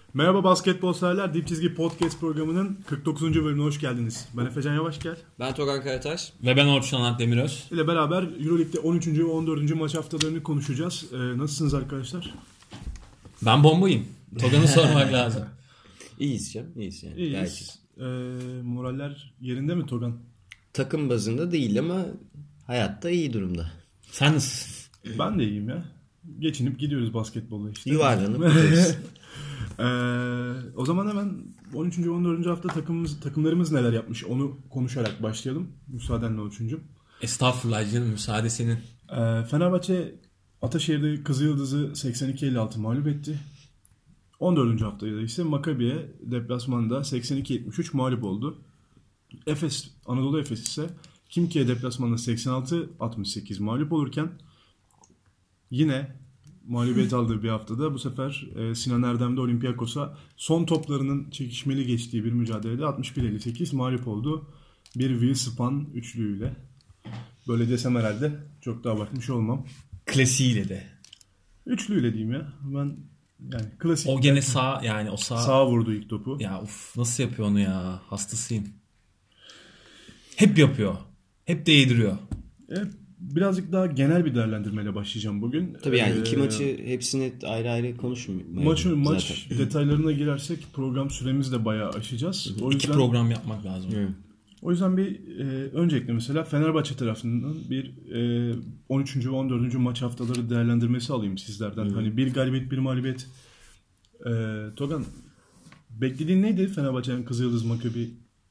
Merhaba basketbol severler. Dip Çizgi Podcast programının 49. bölümüne hoş geldiniz. Ben Efecan Yavaşgel. Ben Togan Karataş. Ve ben Orçun Anat Demiröz. ile beraber Euroleague'de 13. ve 14. maç haftalarını konuşacağız. Nasılsınız arkadaşlar? Ben bombayım. Togan'ı sormak lazım. İyiyiz canım. İyiyiz yani. İyiyiz. Moraller yerinde mi Togan? Takım bazında değil ama hayatta iyi durumda. Sen nasılsın? Ben de iyiyim ya. Geçinip gidiyoruz basketbolla işte. Yuvarlanıp gidiyoruz. O zaman hemen 13. ve 14. hafta takımlarımız neler yapmış onu konuşarak başlayalım. Müsaadenle Orçuncuğum. Estağfurullah canım, müsaade senin. Fenerbahçe Ataşehir'de Kızılyıldız'ı 82-56 mağlup etti. 14. haftaydı ise Maccabi'ye deplasmanda 82-73 mağlup oldu. Anadolu Efes ise Khimki'ye deplasmanda 86-68 mağlup olurken yine mağlubiyet aldığı bir haftada bu sefer Sinan Erdem'de Olympiakos'a son toplarının çekişmeli geçtiği bir mücadelede 61-58 mağlup oldu. Bir Will Span üçlüğüyle. Böyle desem herhalde çok daha bakmış olmam. Klasiğiyle de. Üçlüyle diyeyim ya. Ben yani klasik. O gene sağ, yani o sağ vurdu ilk topu. Ya nasıl yapıyor onu ya? Hastasıyım. Hep yapıyor. Hep değdiriyor. Birazcık daha genel bir değerlendirmeyle başlayacağım bugün. Tabii yani iki maçı hepsini ayrı ayrı konuşmayalım. Maç detaylarına girersek program süremizi de bayağı aşacağız. O yüzden, 2 program yapmak lazım. O yüzden öncelikle mesela Fenerbahçe tarafından bir 13. ve 14. maç haftaları değerlendirmesi alayım sizlerden. Hani bir galibiyet bir mağlubiyet. Togan, beklediğin neydi Fenerbahçe'nin Kızılyıldız Maccabi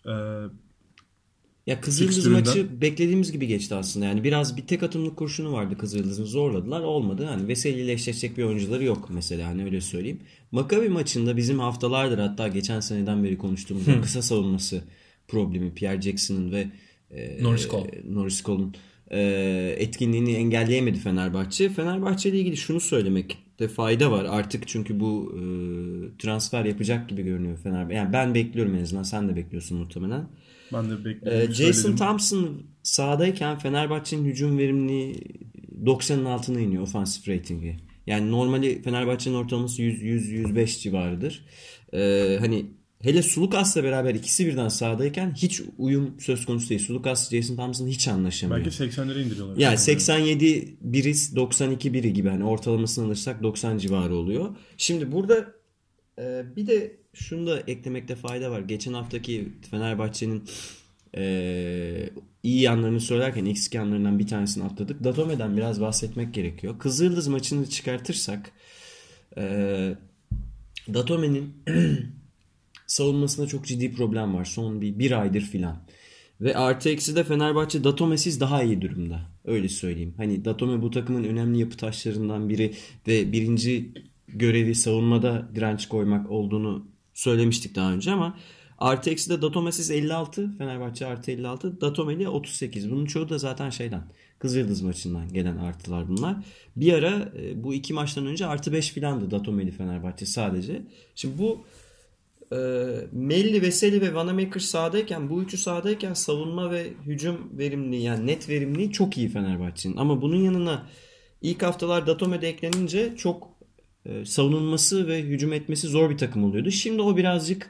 ya Kızılyıldız maçı beklediğimiz gibi geçti aslında. Yani biraz bir tek atımlık kurşunu vardı Kızılyıldız'ın, zorladılar. Olmadı. Hani Veseli ile eşleşecek bir oyuncuları yok mesela, hani öyle söyleyeyim. Maccabi maçında bizim haftalardır, hatta geçen seneden beri konuştuğumuz kısa savunması problemi, Pierre Jackson'ın ve Norris Cole'un etkinliğini engelleyemedi Fenerbahçe. Fenerbahçe ile ilgili şunu söylemekte fayda var artık, çünkü bu transfer yapacak gibi görünüyor Fenerbahçe. Yani ben bekliyorum, en azından sen de bekliyorsun muhtemelen. Ben de bekliyorum. Jason Thompson sahadayken Fenerbahçe'nin hücum verimliliği 90'ın altına iniyor, ofansif ratingi. Yani normali Fenerbahçe'nin ortalaması 100-105 civarıdır. Hani hele Sulukas'la beraber ikisi birden sahadayken hiç uyum söz konusu değil. Sulukas, Jason Thompson hiç anlaşamıyor. Belki 80'lere indiriyorlar. Yani 87 biri, 92 biri gibi, hani ortalamasını alırsak 90 civarı oluyor. Şimdi burada bir de şunu da eklemekte fayda var. Geçen haftaki Fenerbahçe'nin iyi yanlarını söylerken eksik yanlarından bir tanesini atladık. Datome'den biraz bahsetmek gerekiyor. Kızılyıldız maçını çıkartırsak Datome'nin savunmasında çok ciddi problem var. Son bir aydır filan. Ve artı eksi de Fenerbahçe Datome'siz daha iyi durumda. Öyle söyleyeyim. Hani Datome bu takımın önemli yapı taşlarından biri ve birinci görevi savunmada direnç koymak olduğunu söylemiştik daha önce, ama artı eksi de Datome'siz 56, Fenerbahçe artı 56, Datome'li 38. Bunun çoğu da zaten Kızılyıldız maçından gelen artılar bunlar. Bir ara bu iki maçtan önce artı 5 filandı Datome'li Fenerbahçe sadece. Şimdi bu Melli, Veseli ve Vanamaker sahadayken, bu üçü sahadayken savunma ve hücum verimliliği, yani net verimliliği çok iyi Fenerbahçe'nin. Ama bunun yanına ilk haftalar Datome'de eklenince çok savunulması ve hücum etmesi zor bir takım oluyordu. Şimdi o birazcık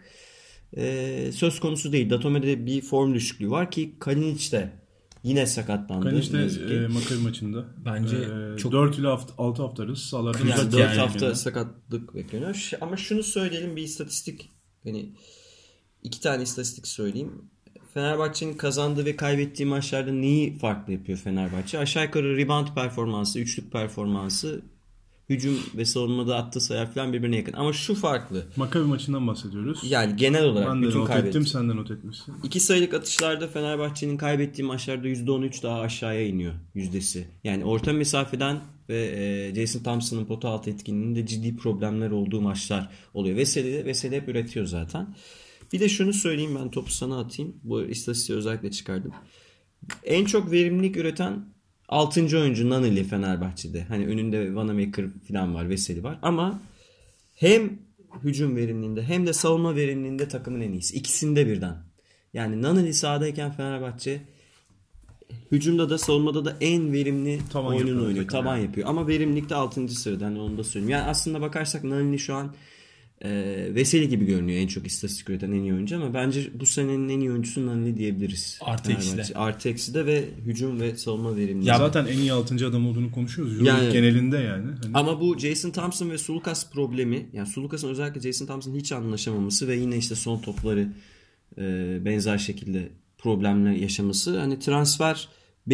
söz konusu değil. Datome'de bir form düşüklüğü var ki Kalinic de yine sakatlandı. Kalinic de Maccabi maçında. Bence çok 4 ile 6 hafta arası sahalarda. Yani 4 hafta sakatlık bekleniyor. Ama şunu söyleyelim, bir istatistik, hani 2 tane istatistik söyleyeyim. Fenerbahçe'nin kazandığı ve kaybettiği maçlarda neyi farklı yapıyor Fenerbahçe? Aşağı yukarı rebound performansı, üçlük performansı, hücum ve savunmada attığı sayılar falan birbirine yakın. Ama şu farklı. Maccabi maçından bahsediyoruz. Yani genel olarak ben de bütün not ettim, sen de not etmişsin. 2 sayılık atışlarda Fenerbahçe'nin kaybettiği maçlarda %13 daha aşağıya iniyor yüzdesi. Yani orta mesafeden ve Jason Thompson'ın pota altı etkinliğinde ciddi problemler olduğu maçlar oluyor. Veseli hep üretiyor zaten. Bir de şunu söyleyeyim, ben topu sana atayım. Bu istatistiği özellikle çıkardım. En çok verimlilik üreten 6. oyuncu Naneli Fenerbahçe'de. Hani önünde Vanamaker falan var, Veseli var. Ama hem hücum verimliliğinde hem de savunma verimliliğinde takımın en iyisi. İkisinde birden. Yani Naneli sahadayken Fenerbahçe hücumda da savunmada da en verimli oyununu oynuyor. Taban yapıyor. Ama verimlilikte 6. sırada. Hani onu da söyleyeyim. Yani aslında bakarsak Naneli şu an Veseli gibi görünüyor en çok istatistik üreten en iyi oyuncu ama bence bu senenin en iyi oyuncusu Nani diyebiliriz. Artı eksi de. Artı eksi de ve hücum ve savunma verimliliği. Ya zaten en iyi 6. adam olduğunu konuşuyoruz. Yani, genelinde yani. Hani... Ama bu Jason Thompson ve Sulukas problemi, yani Sulukas'ın özellikle Jason Thompson'ın hiç anlaşamaması ve yine işte son topları benzer şekilde problemler yaşaması. Hani transfer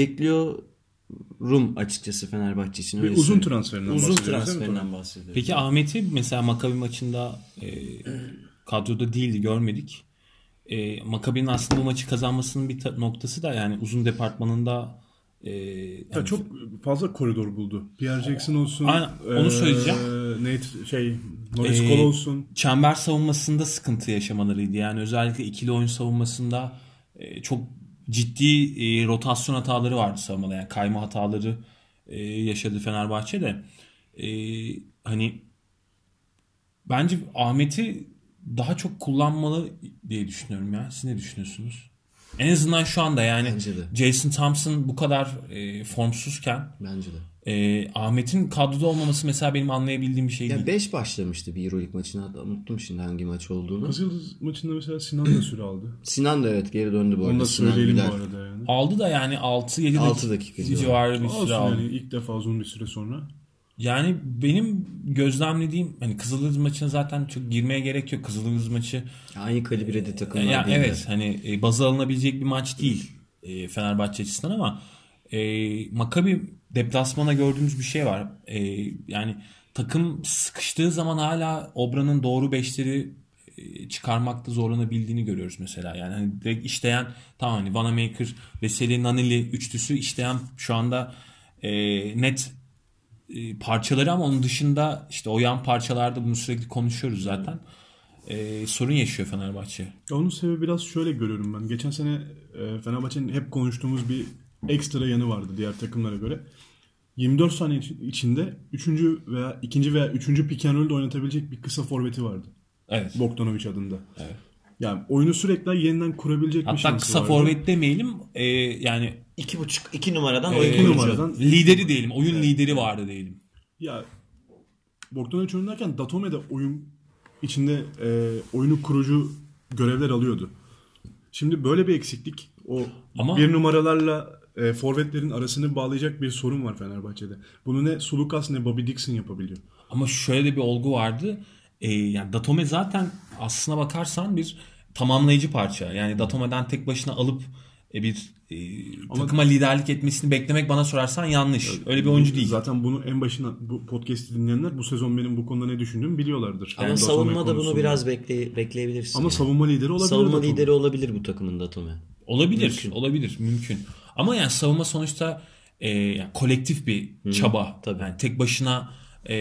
bekliyorum açıkçası Fenerbahçe için. Bir uzun transferinden bahsediyoruz. Peki Ahmet'i mesela Maccabi maçında kadroda değildi, görmedik. Maccabi'nin aslında bu maçı kazanmasının bir noktası da yani uzun departmanında yani çok fazla koridor buldu. Pierre Jackson olsun. Aynen, onu söyleyeceğim. Norris Cole olsun. Çember savunmasında sıkıntı yaşamalarıydı. Yani özellikle ikili oyun savunmasında çok ciddi rotasyon hataları vardı savunmada. Yani kayma hataları yaşadı Fenerbahçe de. Hani bence Ahmet'i daha çok kullanmalı diye düşünüyorum ya. Siz ne düşünüyorsunuz? En azından şu anda yani Jason Thompson bu kadar formsuzken bence de. Ahmet'in kadroda olmaması mesela benim anlayabildiğim bir şey değil. 5 başlamıştı bir Euroleague maçına. Unuttum şimdi hangi maç olduğunu. Kızıldız maçında mesela Sinan da süre aldı. Sinan da evet geri döndü bu arada. Onu da söyleyelim bu arada yani. Aldı da yani 6-7 dakika civarı bir süre aldı. Yani ilk defa uzun bir süre sonra. Yani benim gözlemlediğim hani Kızıldız maçına zaten çok girmeye gerek yok. Kızıldız maçı aynı kalibrede takımlar ya, evet hani baz alınabilecek bir maç değil Fenerbahçe açısından ama Maccabi deplasmana gördüğümüz bir şey var. Yani takım sıkıştığı zaman hala Obra'nın doğru beşleri çıkarmakta zorlanabildiğini görüyoruz mesela. Yani hani direkt işleyen tamam hani Vanamaker, Veseli, Nanili üçlüsü işleyen şu anda net parçaları ama onun dışında işte o yan parçalarda bunu sürekli konuşuyoruz zaten. Sorun yaşıyor Fenerbahçe. Onun sebebi biraz şöyle görüyorum ben. Geçen sene Fenerbahçe'nin hep konuştuğumuz bir ekstra yanı vardı diğer takımlara göre. 24 saniye içinde 3. veya 2. veya 3. pick and roll'de oynatabilecek bir kısa forveti vardı. Evet. Bogdanovic adında. Evet. Yani oyunu sürekli yeniden kurabilecek bir şansı vardı. Hatta kısa forvet demeyelim. Yani 2 numaradan lideri diyelim. Oyun lideri vardı diyelim. Ya Bogdanovic oynarken Datome de oyun içinde oyunu kurucu görevler alıyordu. Şimdi böyle bir eksiklik. Ama bir numaralarla forvetlerin arasını bağlayacak bir sorun var Fenerbahçe'de. Bunu ne Sulukas ne Bobby Dixon yapabiliyor. Ama şöyle de bir olgu vardı. Yani Datome zaten aslına bakarsan bir tamamlayıcı parça. Yani Datome'den tek başına alıp takıma liderlik etmesini beklemek bana sorarsan yanlış. Öyle bir oyuncu değil. Zaten bunu en başına bu podcast'i dinleyenler bu sezon benim bu konuda ne düşündüğümü biliyorlardır. Ama yani savunmada bunu biraz bekleyebilirsin. Ama yani. Savunma lideri olabilir. Savunma lideri olabilir bu takımın Datome. Olabilir. Mümkün. Ama yani savunma sonuçta yani kolektif bir çaba. Tabii. Yani tek başına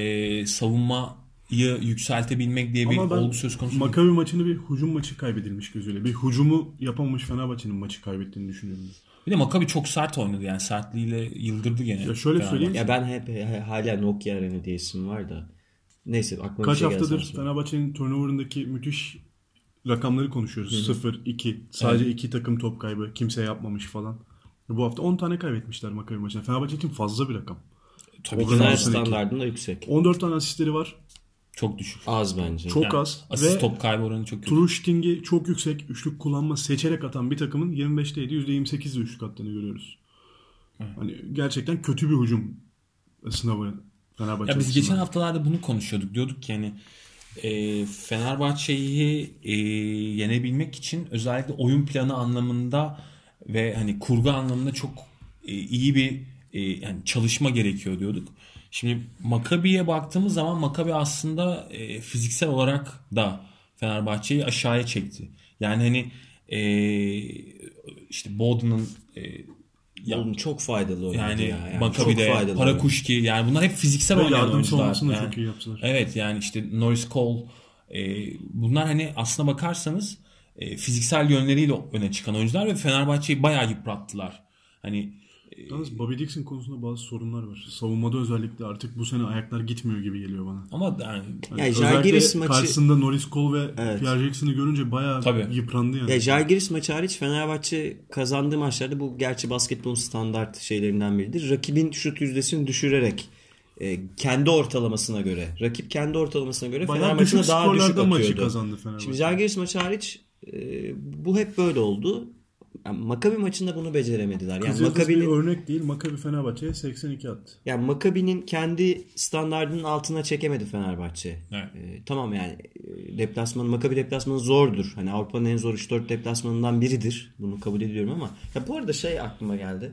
savunmayı yükseltebilmek diye bir olgu söz konusu. Maccabi maçını bir hücum maçı kaybedilmiş gözüyle. Bir hücumu yapamamış Fenerbahçe'nin maçı kaybettiğini düşünüyorum. Bir de Maccabi çok sert oynadı yani sertliğiyle yıldırdı gene. Ya şöyle söyleyeyim. Ya ben hep hala Nokia Arena diye isim var da. Neyse aklıma kaç haftadır Fenerbahçe'nin turnover'ındaki müthiş rakamları konuşuyoruz. 0-2. Sadece 2 takım top kaybı. Kimse yapmamış falan. Bu hafta 10 tane kaybetmişler Maccabi maçına. Fenerbahçe için fazla bir rakam. Tabii ki standartında yüksek. 14 tane asistleri var. Çok düşük. Az bence. Çok yani, az. Asist top kaybı oranı çok kötü. True shooting'i çok yüksek. Üçlük kullanma seçerek atan bir takımın 25'te 7, %28'de üçlük attığını görüyoruz. Hani gerçekten kötü bir hücum sınavı Fenerbahçe. Ya biz geçen haftalarda bunu konuşuyorduk. Diyorduk ki yani Fenerbahçe'yi yenebilmek için özellikle oyun planı anlamında ve hani kurgu anlamında çok iyi bir yani çalışma gerekiyor diyorduk. Şimdi Maccabi'ye baktığımız zaman Maccabi aslında fiziksel olarak da Fenerbahçe'yi aşağıya çekti. Yani hani işte Bodn'un çok faydalı oynadı yani ya. Maccabi'de Parakuşki yani bunlar hep fiziksel oynayan oyuncular. Yardımcı yani, çok iyi yaptılar. Evet yani işte Norris Cole bunlar hani aslına bakarsanız fiziksel yönleriyle öne çıkan oyuncular ve Fenerbahçe'yi bayağı yıprattılar. Hani yalnız Bobby Dixon konusunda bazı sorunlar var. Savunmada özellikle artık bu sene ayaklar gitmiyor gibi geliyor bana. Ama yani Žalgiris maçı karşısında Norris Cole ve Pierre Jackson'ı görünce bayağı yıprandı yani. Ya Žalgiris maçı hariç Fenerbahçe kazandığı maçlarda bu gerçi basketbolun standart şeylerinden biridir. Rakibin şut yüzdesini düşürerek kendi ortalamasına göre, rakip kendi ortalamasına göre Bayağı Fener maçına düşük daha düşük skorlarda maçı atıyordu. kazandı Fenerbahçe. Şimdi Žalgiris maçı hariç bu hep böyle oldu. Yani Maccabi maçında bunu beceremediler. Yani Kızıldız bir Maccabi'nin örnek değil. Maccabi Fenerbahçe'ye 82 attı. yani Maccabi'nin kendi standardının altına çekemedi Fenerbahçe. Evet. Tamam yani deplasmanı, Maccabi deplasmanı zordur. Hani Avrupa'nın en zor 3-4 deplasmanından biridir. Bunu kabul ediyorum ama ya bu arada şey aklıma geldi.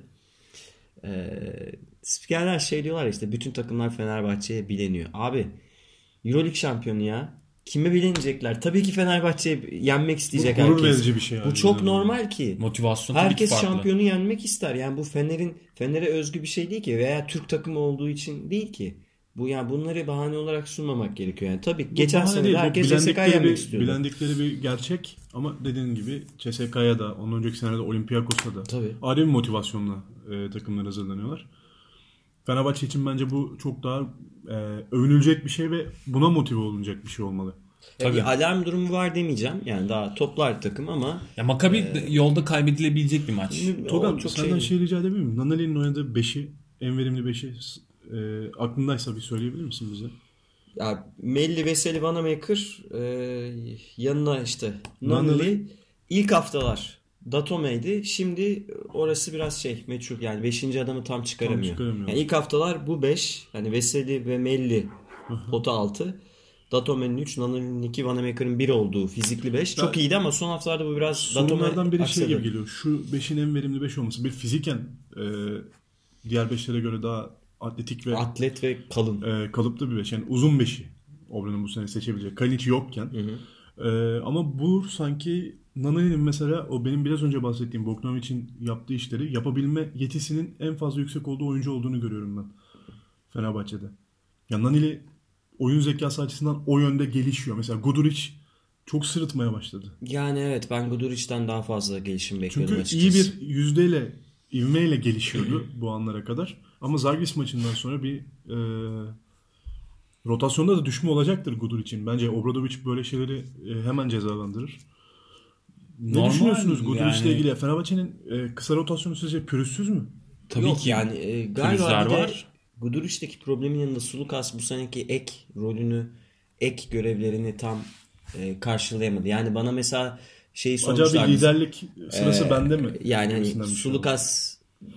Spikerler şey diyorlar işte bütün takımlar Fenerbahçe'ye bileniyor. Abi Euroleague şampiyonu ya. Kime bilenecekler? Tabii ki Fenerbahçe'yi yenmek isteyecek Bu herkes. gurur verici bir şey. Bu çok normal ki. Motivasyon tabii ki Herkes farklı. şampiyonu yenmek ister. Yani bu Fener'e özgü bir şey değil ki veya Türk takımı olduğu için değil ki. Bu yani bunları bahane olarak sunmamak gerekiyor. Yani tabii geçen bahane sene değil, de bu herkes CSK'yı yenmek istiyordu. bilendikleri bir gerçek ama dediğin gibi CSK'ya da ondan önceki senelerde Olympiakos'a da Tabii. ayrı bir motivasyonla takımlar hazırlanıyorlar. Fenerbahçe için bence bu çok daha övünülecek bir şey ve buna motive olunacak bir şey olmalı. Ya bir alarm durumu var demeyeceğim. Yani daha toplar takım ama Ya Maccabi yolda kaybedilebilecek bir maç. Togan çok senden şey rica edebilir miyim? Nanali'nin oynadığı 5'i, en verimli 5'i aklındaysa bir söyleyebilir misin bize? ya Melli, Veseli, Wanamaker yanına işte Nunley Nunley. ilk haftalar Datome'ydi. Şimdi orası biraz meçhul. Yani 5. adamı tam çıkaramıyor. Yani ilk haftalar bu 5. Hani Veseli ve Melli pota 6. Datome'nin 3, Nunley'nin 2, Wanamaker'ın 1 olduğu fizikli 5. Çok iyiydi ama son haftalarda bu biraz sorunlardan biri aksadı. şey gibi geliyor. Şu 5'in en verimli 5 olması. Bir fiziken diğer 5'lere göre daha atletik ve atlet ve kalın. kalıplı bir 5. Yani uzun 5'i Obra'nın bu sene seçebilecek. Kalinic yokken. Ama bu sanki Nunley'nin mesela o benim biraz önce bahsettiğim Bogdanovic'in yaptığı işleri yapabilme yetisinin en fazla yüksek olduğu oyuncu olduğunu görüyorum ben Fenerbahçe'de. Ya Nunley oyun zekası açısından o yönde gelişiyor. Mesela Guduric çok sırıtmaya başladı. Yani evet ben Guduric'den daha fazla gelişim bekliyordum Çünkü açıkçası. iyi bir yüzdeyle, ivmeyle gelişiyordu bu anlara kadar. Ama Žalgiris maçından sonra bir rotasyonda da düşme olacaktır Guduric'in. Bence Obradovic böyle şeyleri hemen cezalandırır. Ne Normal düşünüyorsunuz Guduric'le yani. ilgili? Fenerbahçe'nin kısa rotasyonu sizce pürüzsüz mü? Tabii Yok ki yani galiba pürüzler bir de var. Guduric'teki problemin yanında Sulukas bu seneki ek rolünü, ek görevlerini tam karşılayamadı. Yani bana mesela şeyi sormuşlardı. Acaba bir liderlik sırası bende mi? Yani hani Gibisinden bir şey Sulukas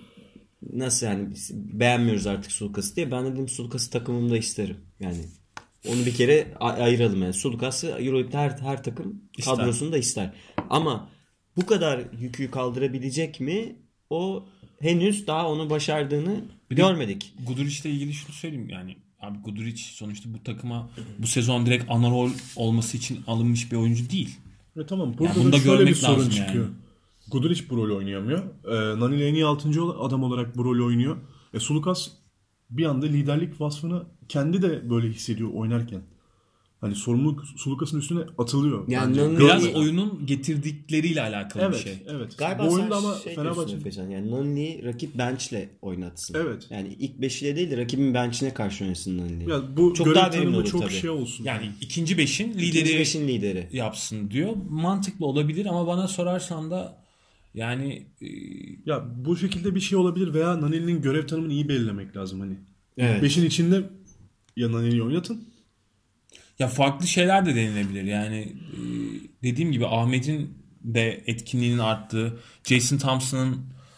nasıl yani biz beğenmiyoruz artık Sulukas'ı diye. Ben dedim Sulukas'ı takımımda isterim. Yani onu bir kere ayıralım yani. Sulukas'ı Euroleague'de her takım İster. kadrosunda ister. Ama bu kadar yükü kaldırabilecek mi? O henüz daha onu başardığını görmedik. Guduric'le ilgili şunu söyleyeyim yani. Abi Guduric sonuçta bu takıma bu sezon direkt ana rol olması için alınmış bir oyuncu değil. Ve tamam burada bunu da da şöyle bir görmek sorun lazım çıkıyor. yani. Guduric bu rolü oynayamıyor. Nunley en iyi 6. adam olarak bu rolü oynuyor. Sulukas bir anda liderlik vasfını kendi de böyle hissediyor oynarken. Hani sorumluluk Sulukas'ın üstüne atılıyor. Yani bence. Nunley- Biraz oyunun getirdikleriyle alakalı bir Evet, şey. evet. Galiba Bu sen oyunda ama şey Fenerbahçe diyorsun Efecan. Yani Nunley'i rakip bench'le oynatsın. Evet. Yani ilk beşiyle değil de rakibin bench'ine karşı oynasın Nunley'i. ya bu Çok görev daha verimli tanımı olur çok tabii. şey olsun. Yani ikinci beşin İkinci lideri beşin lideri. yapsın diyor. Mantıklı olabilir ama bana sorarsan da yani Ya bu şekilde bir şey olabilir veya Nunley'nin görev tanımını iyi belirlemek lazım hani. Evet. 5'in içinde ya Nunley'i oynatın. ya farklı şeyler de denilebilir. Yani dediğim gibi Ahmet'in de etkinliğinin arttığı, Jason Thompson'ın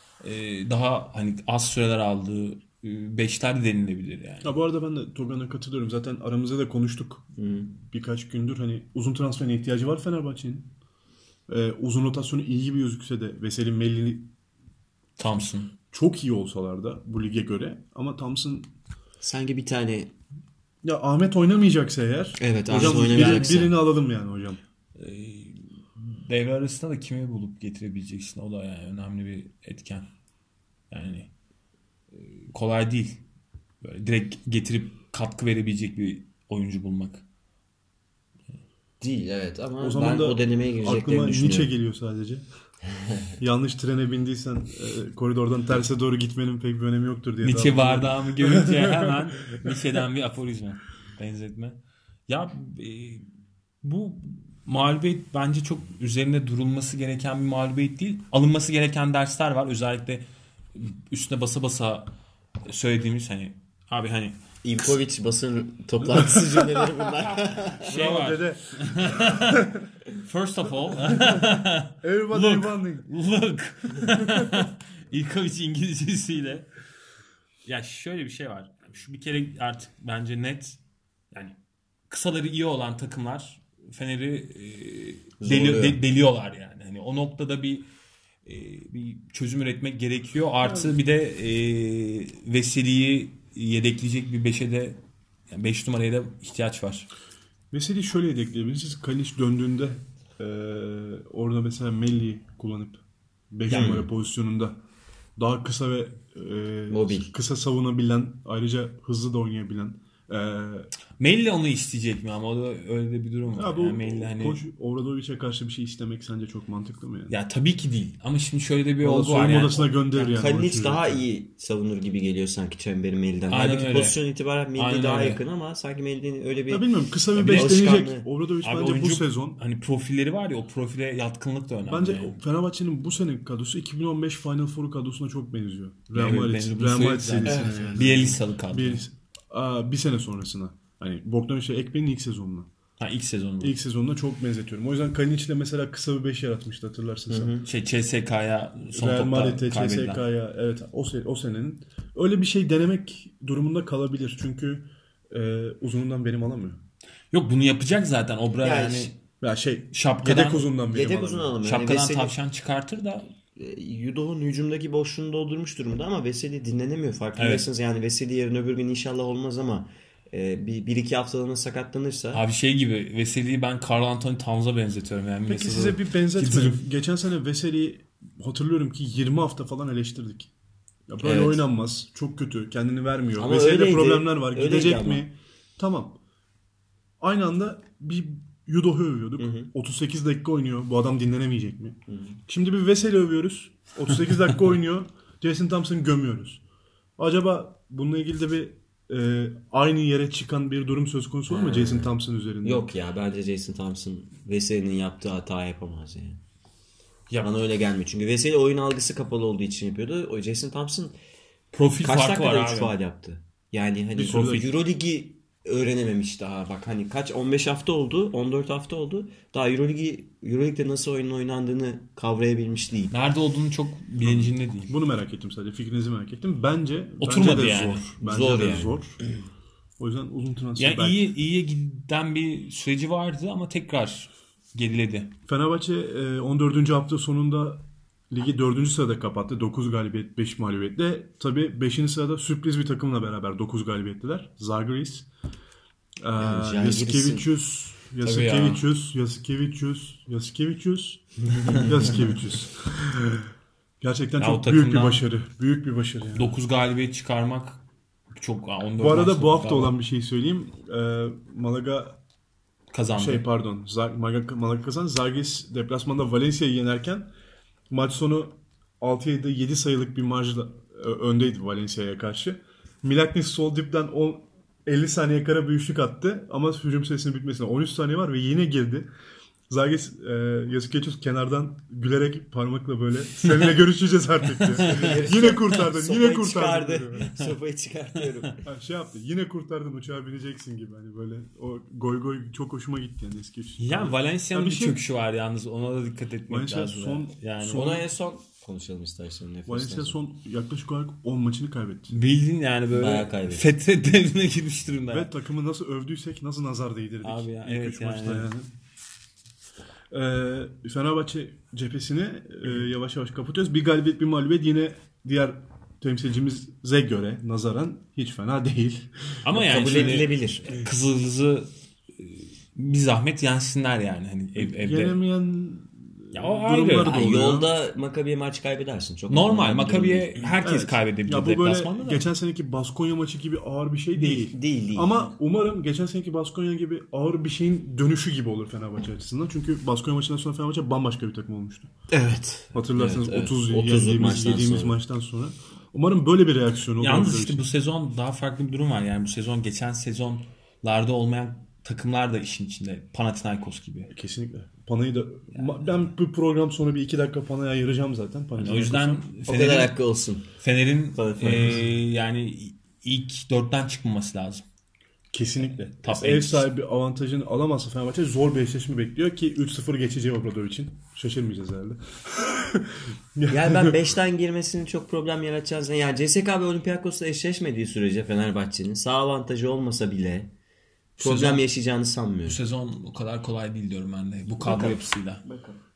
daha hani az süreler aldığı beşler de denilebilir yani. Ya bu arada ben de Togan'a katılıyorum. Zaten aramızda da konuştuk. Birkaç gündür hani uzun transferine ihtiyacı var Fenerbahçe'nin. Uzun rotasyonu iyi gibi gözükse de Veseli, Melli Thompson. çok iyi olsalar da bu lige göre ama Thompson Sanki bir tane ya Ahmet oynamayacaksa eğer Evet, hocam Ahmet oynamayacaksa. birini alalım yani hocam. Devre arasında da kimi bulup getirebileceksin? O da yani önemli bir etken. Yani kolay değil. Böyle direkt getirip katkı verebilecek bir oyuncu bulmak. değil evet ama O zaman ben da o denemeye aklıma gireceklerini Nietzsche düşünüyorum. geliyor sadece. Yanlış trene bindiysen koridordan terse doğru gitmenin pek bir önemi yoktur diye. Nietzsche tahmin ediyorum. bardağımı görünce hemen Nietzsche'den bir aforizma. Benzetme. Ya bu mağlubiyet bence çok üzerinde durulması gereken bir mağlubiyet değil. Alınması gereken dersler var. Özellikle üstüne basa basa söylediğimiz hani abi hani Ivkovic basın toplantısı cümleleri bunlar. Şey Bravo var. dede. First of all. Everybody Look. running. Look. İlkovic İngilizcesiyle. Ya şöyle bir şey var. Şu bir kere artık bence net, yani kısaları iyi olan takımlar Fener'i Zorluyor. deliyorlar yani. Hani o noktada bir çözüm üretmek gerekiyor. Artı bir de Veseli'yi yedekleyecek bir 5'e de, yani 5 numaraya da ihtiyaç var. Veseli'yi şöyle yedekleyebiliriz. Kalinic döndüğünde orada mesela Melli'yi kullanıp 5 numara pozisyonunda daha kısa ve Mobil. kısa savunabilen, ayrıca hızlı da oynayabilen. Melli onu isteyecek mi, ama o da öyle de bir durum var. Ya bu Yani Melli hani... koç Obradovic'e karşı bir şey istemek sence çok mantıklı mı yani? Ya tabii ki değil. Ama şimdi şöyle de bir Valla olgu var. soyunma Yani, odasına gönderir yani. Kalinic daha iyi savunur gibi geliyor sanki Çember'in Melli'den. Aynen Halbuki öyle. pozisyon itibaren Melli Aynen daha öyle. yakın ama sanki Melli'nin öyle bir... Ya bilmiyorum, kısa bir bir 5 deneyecek. alışkanlığı. Obradovic Abi bence bu oyuncu, sezon. hani profilleri var ya, o profile yatkınlık da önemli. Bence yani. Fenerbahçe'nin bu sene kadrosu 2015 Final Four kadrosuna çok benziyor. Real Evet, Madrid, benziyor. Bu Real Madrid süreç zaten. serisine yani. Bielitsa'lı kadro. Bir sene sonrasına. Hani Bogdanovic'e Ekmen'in ilk sezonuna. Ha, ilk sezonu. İlk sezonuna çok benzetiyorum. O yüzden Kalinic'le mesela kısa bir 5 yaratmıştı, hatırlarsın sen. CSK'ya son Real topta Madrid'e, kaybedilen. CSK'ya, evet, o senenin. Öyle bir şey denemek durumunda kalabilir. Çünkü uzunundan verim alamıyor. Yok, bunu yapacak zaten. Obra yani Ya şapkadan, yedek uzundan verim Yedek uzun alamıyor. alamıyor. şapkadan Veseli- tavşan çıkartır da Yudoh'un hücumdaki boşluğunu doldurmuş durumda ama Veseli dinlenemiyor. Farkındaysanız yani Veseli yarın öbür gün inşallah olmaz ama bir iki haftalığına sakatlanırsa. abi şey gibi, Veseli'yi ben Karl Anthony Towns'a benzetiyorum. Yani Peki mesela size bir benzetme. Gidelim. Geçen sene Veseli'yi hatırlıyorum ki 20 hafta falan eleştirdik. Ya böyle Evet. oynanmaz. Çok kötü. Kendini vermiyor. Ama Veseli'de öyleydi. problemler var. Öyleydi Gidecek ama. mi? Tamam. Aynı anda bir Yudoh'u övüyorduk. 38 dakika oynuyor. Bu adam dinlenemeyecek mi? Şimdi bir Veseli övüyoruz. 38 dakika oynuyor. Jason Thompson'ı gömüyoruz. Acaba bununla ilgili de bir aynı yere çıkan bir durum söz konusu olur mu Jason Thompson üzerinde? Yok ya, bence Jason Thompson Veseli'nin yaptığı hata yapamaz yani. Bana öyle gelmiyor. Çünkü Veseli oyun algısı kapalı olduğu için yapıyordu. O Jason Thompson profil kaç farkı var dakikada 3 abi. faul yaptı. Yani hani sürü Euroligi öğrenememiş daha. Bak hani kaç 15 hafta oldu, 14 hafta oldu. Daha Euroleague'de nasıl oyunun oynandığını kavrayabilmiş değil. Nerede olduğunu çok bilincinde değil. Bunu merak ettim sadece. Fikrinizi merak ettim. Bence Oturmadı de yani. zor. Bence Zor de yani. zor. O yüzden uzun transfer Yani belki. iyiye giden bir süreci vardı ama tekrar geriledi. Fenerbahçe 14. hafta sonunda ligi 4. sırada kapattı. 9 galibiyet, 5 mağlubiyetle. Tabii 5. sırada sürpriz bir takımla beraber 9 galibiyetliler. Zalgiris. Žalgiris'in- Yasikevicius. Gerçekten Ya o çok büyük bir takımdan- başarı. Büyük bir başarı yani. 9 galibiyet çıkarmak çok... 14 Bu arada maçta bu hafta galiba olan bir şey söyleyeyim. Malaga kazandı. Malaga kazandı. Zalgiris deplasmanda Valencia'yı yenerken maç sonu 6-7'de 7 sayılık bir marjla öndeydi Valencia'ya karşı. Milaknis sol dipten 50 saniye kara bir üçlük attı ama hücum süresinin bitmesine 13 saniye var ve yine girdi. Zalgiris Yasikevicius kenardan gülerek parmakla böyle seninle görüşeceğiz artık diyor. Yine kurtardın, yine Sopayı kurtardın. çıkardı. Sopayı çıkartıyorum. Şey yaptı, yine kurtardın, uçağa bineceksin gibi, hani böyle o goy goy çok hoşuma gitti yani Yasikevicius. Yani Valencia'nın Ya bir çöküşü var yalnız, ona da dikkat etmek Valencia lazım. Yani Ona en son konuşalım istersen. Valencia son yaklaşık olarak 10 maçını kaybetti. bildin yani böyle Bayağı kaybetti. fetret devrine girmiş durumda. Ve takımı nasıl övdüysek nasıl nazar değdirdik. Abi ya, İlk evet üç maçta yani. Fenerbahçe cephesini yavaş yavaş kapatıyoruz. Bir galibiyet, bir mağlubiyet, yine diğer temsilcimize göre nazaran hiç fena değil. Ama yani Kabul şimdi edilebilir. Kızıldız'ı bir zahmet yensinler yani hani evde. Yenemeyen Ya o durumları ayrı. da Yani oluyor. yolda Makabi'ye maç kaybedersin. Çok Normal, normal bir durum Makabi'ye değil. herkes Evet. kaybedebilir Ya bu böyle deplasmanda da. geçen seneki Baskonya maçı gibi ağır bir şey değil. Değil. Ama umarım geçen seneki Baskonya gibi ağır bir şeyin dönüşü gibi olur Fenerbahçe açısından. Çünkü Baskonya maçından sonra Fenerbahçe bambaşka bir takım olmuştu. Evet. Hatırlarsanız Evet, evet. 30 maçtan yediğimiz sonra. maçtan sonra. Umarım böyle bir reaksiyon olur. Yalnız arkadaşlar. işte bu sezon daha farklı bir durum var. Yani bu sezon geçen sezonlarda olmayan takımlar da işin içinde. Panathinaikos gibi. Kesinlikle. Panayı da ben bu program sonra bir 2 dakika Panay'a ayıracağım zaten. O yüzden O kadar hakkı olsun. Fener'in Panathinaikos. yani ilk 4'ten çıkmaması lazım. Kesinlikle. Top Ev eight. sahibi avantajını alamazsa Fenerbahçe zor bir eşleşme bekliyor ki 3-0 geçeceği Obrador için. Şaşırmayacağız herhalde. Yani ben 5'ten girmesinin çok problem yaratacağını, yani CSKA ve Olympiakos'la eşleşmediği sürece Fenerbahçe'nin sağ avantajı olmasa bile problem sezon- yaşayacağını Bu sanmıyorum. sezon o kadar kolay değil diyorum ben de. Bu kadro yapısıyla.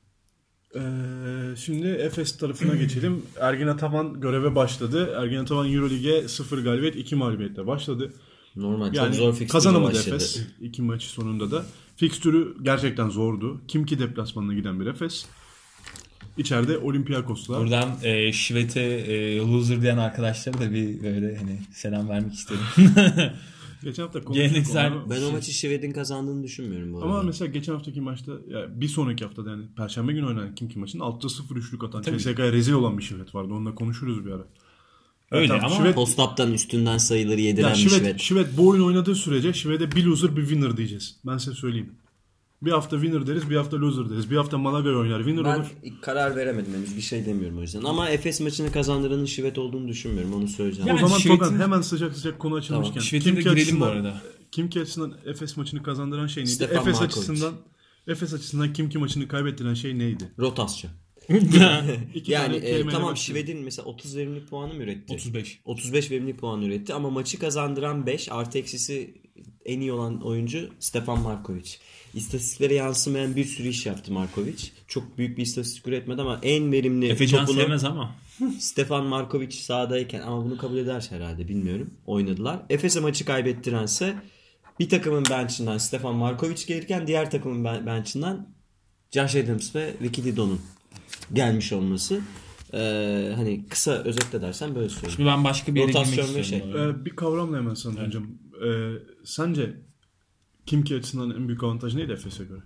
Şimdi Efes tarafına geçelim. Ergin Ataman göreve başladı. Ergin Ataman Euroleague'e 0 galibiyet 2 mağlubiyetle başladı. Normal, çok Yani zor fikstürle kazanamadı başladı. Efes 2 maçı sonunda da. Fikstürü gerçekten zordu. Kimki deplasmanına giden bir Efes. İçeride Olympiakos'la. Buradan Şivet'e loser diyen arkadaşlara da bir böyle hani selam vermek isterim. Geçen hafta konuştuk Geleneksel- onu. Ben o maçı Şived'in kazandığını düşünmüyorum bu arada. Ama mesela geçen haftaki maçta, ya bir sonraki haftada yani Perşembe günü oynanan Kimki maçının 6-0 üçlük atan Tabii. CSK'ya rezil olan bir Şivet vardı. Onunla konuşuruz bir ara. Öyle Tamam, ama Şivet- Post-up'tan üstünden sayıları yediren Ya bir Şived. Şivet bu oyun oynadığı sürece Şivet'e bir loser bir winner diyeceğiz. Ben size söyleyeyim. Bir hafta winner deriz, bir hafta loser deriz. Bir hafta Malaga'ya oynar, winner Ben olur. karar veremedim henüz, bir şey demiyorum o yüzden. Ama Efes maçını kazandıranın Şivet olduğunu düşünmüyorum, onu söyleyeceğim. Yani O zaman Şivet'in- Togan hemen sıcak konu açılmışken. Tamam. Şivet'e de girelim bu arada. Kimki açısından Efes maçını kazandıran şey neydi? Stefan Efes açısından Kimki maçını kaybettiren şey neydi? Rotasyon. İki Yani tane kelimeyle tamam, başlayalım. Şived'in mesela 30 verimlilik puanı mı üretti? 35. 35 verimlilik puan üretti ama maçı kazandıran 5 artı eksisi en iyi olan oyuncu Stefan Markovic. İstatistiklere yansımayan bir sürü iş yaptı Markovic. Çok büyük bir istatistik üretmedi ama en verimli Efecan topunu sevmez ama. Stefan Markovic sahadayken, ama bunu kabul eder herhalde, bilmiyorum. Oynadılar. Efes'e maçı kaybettirense bir takımın bench'inden Stefan Markovic gelirken diğer takımın bench'inden Josh Adams ve Ricky Didon'un gelmiş olması. Hani kısa özetle dersen böyle söyleyeyim. Şimdi ben başka bir yere girmek Rotasyon ve istiyorum. şey. oraya. Bir kavramla hemen sana döneceğim. Sence Kimki açısından en büyük avantaj neydi Efes'e göre?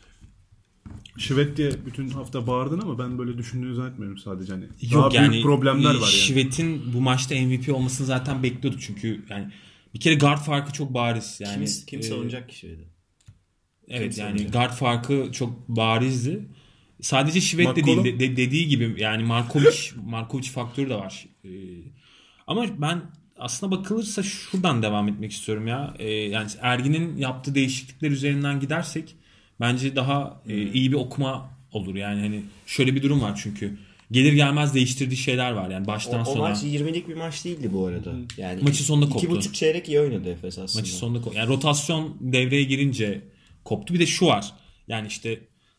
Şivet diye bütün hafta bağırdın ama ben böyle düşündüğünü zannetmiyorum sadece. Hani Yok daha yani büyük problemler var yani. Şivet'in bu maçta MVP olmasını zaten bekliyorduk çünkü yani bir kere guard farkı çok bariz. Yani Kim savunacak ki Şived'i? evet, Kim yani savunacak? guard farkı çok barizdi. Sadece Şivet de McCollum? değil, dediği gibi yani Markovic faktörü de var. Ama ben aslına bakılırsa şuradan devam etmek istiyorum ya. Yani Ergin'in yaptığı değişiklikler üzerinden gidersek bence daha iyi bir okuma olur. Yani hani şöyle bir durum var çünkü. Gelir gelmez değiştirdiği şeyler var yani baştan O sona. maç 20'lik bir maç değildi bu arada. Yani Maçın sonunda koptu. 2,5 çeyrek iyi oynadı Efes aslında. Maçın sonunda yani rotasyon devreye girince koptu. Bir de şu var. Yani işte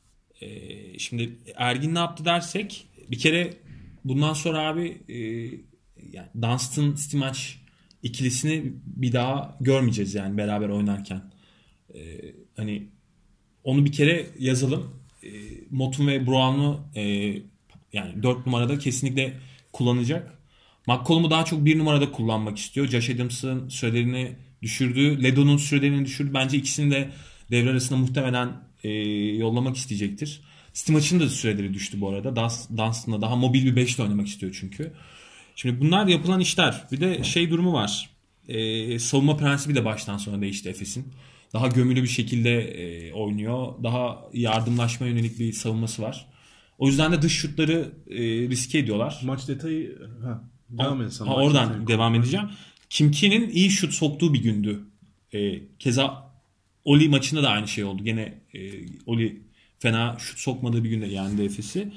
şimdi Ergin ne yaptı dersek bir kere bundan sonra abi yani Dunstan Stimac ikilisini bir daha görmeyeceğiz yani beraber oynarken. Hani onu bir kere yazalım. Motum ve Brown'u yani 4 numarada kesinlikle kullanacak. McCollum'u daha çok 1 numarada kullanmak istiyor. Josh Adams'ın sürelerini düşürdü. Ledo'nun sürelerini düşürdü. Bence ikisini de devre arasında muhtemelen yollamak isteyecektir. Stimac'ın da süreleri düştü bu arada. Dunstan'da daha mobil bir 5'te oynamak istiyor çünkü. Şimdi bunlar yapılan işler. Bir de şey durumu var. Savunma prensibi de baştan sona değişti Efes'in. Daha gömülü bir şekilde oynuyor. Daha yardımlaşma yönelik bir savunması var. O yüzden de dış şutları riske ediyorlar. Maç detayı devam etsen. Oradan devam edeceğim. Kimki'nin iyi şut soktuğu bir gündü. Keza Oli maçında da aynı şey oldu. Gene Oli fena şut sokmadığı bir günde yendi Efes'i.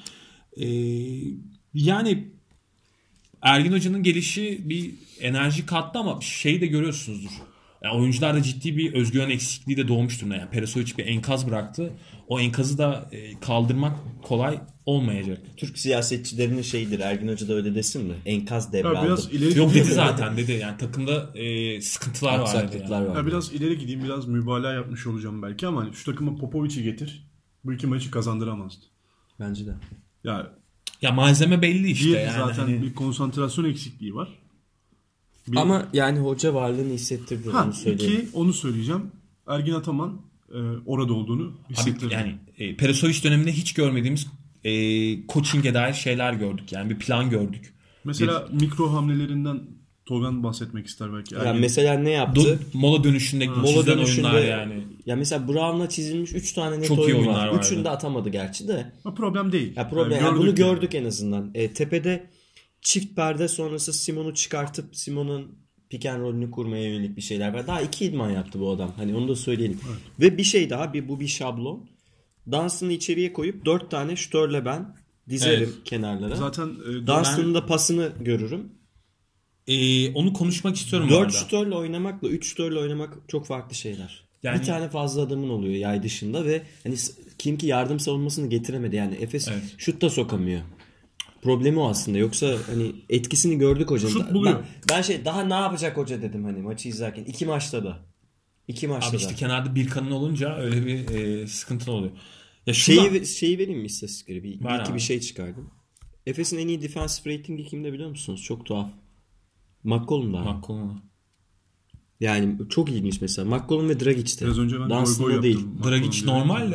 Yani Ergin Hoca'nın gelişi bir enerji kattı ama şeyi de görüyorsunuzdur. Yani oyuncularda ciddi bir özgüven eksikliği de doğmuş durumda. Yani Perasovic bir enkaz bıraktı. O enkazı da kaldırmak kolay olmayacak. Türk siyasetçilerinin şeyidir. Ergin Hoca da öyle desin mi? Enkaz devraldı. Biraz ileri Yok gideyim. dedi zaten dedi. Yani takımda sıkıntılar var. Aksaklıklar var. Ya biraz ileri gideyim, biraz mübalağa yapmış olacağım belki ama hani şu takıma Popovic'i getir. Bu iki maçı kazandıramazdı. Bence de. Ya malzeme belli işte. Bir Yani zaten hani... bir konsantrasyon eksikliği var. Ama yani hoca varlığını hissettirdi. Onu söyleyeyim. İki, onu söyleyeceğim. Ergin Ataman orada olduğunu hissettirdi. Abi yani Perasovic döneminde hiç görmediğimiz coaching'e dair şeyler gördük. Yani bir plan gördük. Mesela mikro hamlelerinden Togan bahsetmek ister belki. Yani mesela ne yaptı? Mola dönüşünde çizilen oyunlar yani. Ya mesela Brown'la çizilmiş 3 tane net Çok iyi oyun oyunlar var. vardı. Üçünü de atamadı gerçi de. Ama problem değil. Ya problem. Yani Yani bunu yani. gördük en azından. Tepede çift perde sonrası Simon'u çıkartıp Simon'un pick and roll'ünü kurmaya yönelik bir şeyler var. Daha 2 idman yaptı bu adam. Hani onu da söyleyelim. Evet. Ve bir şey daha, bu bir şablon. Dunstan'ı içeriye koyup 4 tane şutörle ben dizerim kenarlara. Zaten Dunstan'ın da pasını görürüm. Onu konuşmak istiyorum. 4 şutörle oynamakla 3 şutörle oynamak çok farklı şeyler. Yani, bir tane fazla adamın oluyor yay dışında ve hani kim ki yardım savunmasını getiremedi. Yani Efes şut da sokamıyor. Problemi o aslında. Yoksa hani etkisini gördük hocanın. Şut buluyor. Ben daha ne yapacak hoca dedim hani maçı izlerken. 2 maçta da. Abi işte kenarda bir kanın olunca öyle bir sıkıntı oluyor. Ya şeyi vereyim mi istatistikleri? Bir şey çıkardım. Efes'in en iyi defensive ratingi kimde biliyor musunuz? Çok tuhaf. McCollum'da. Yani çok ilginç mesela. McCollum ve Dragic'te. Biraz önce ben Dunstan'da değil. Dragic normal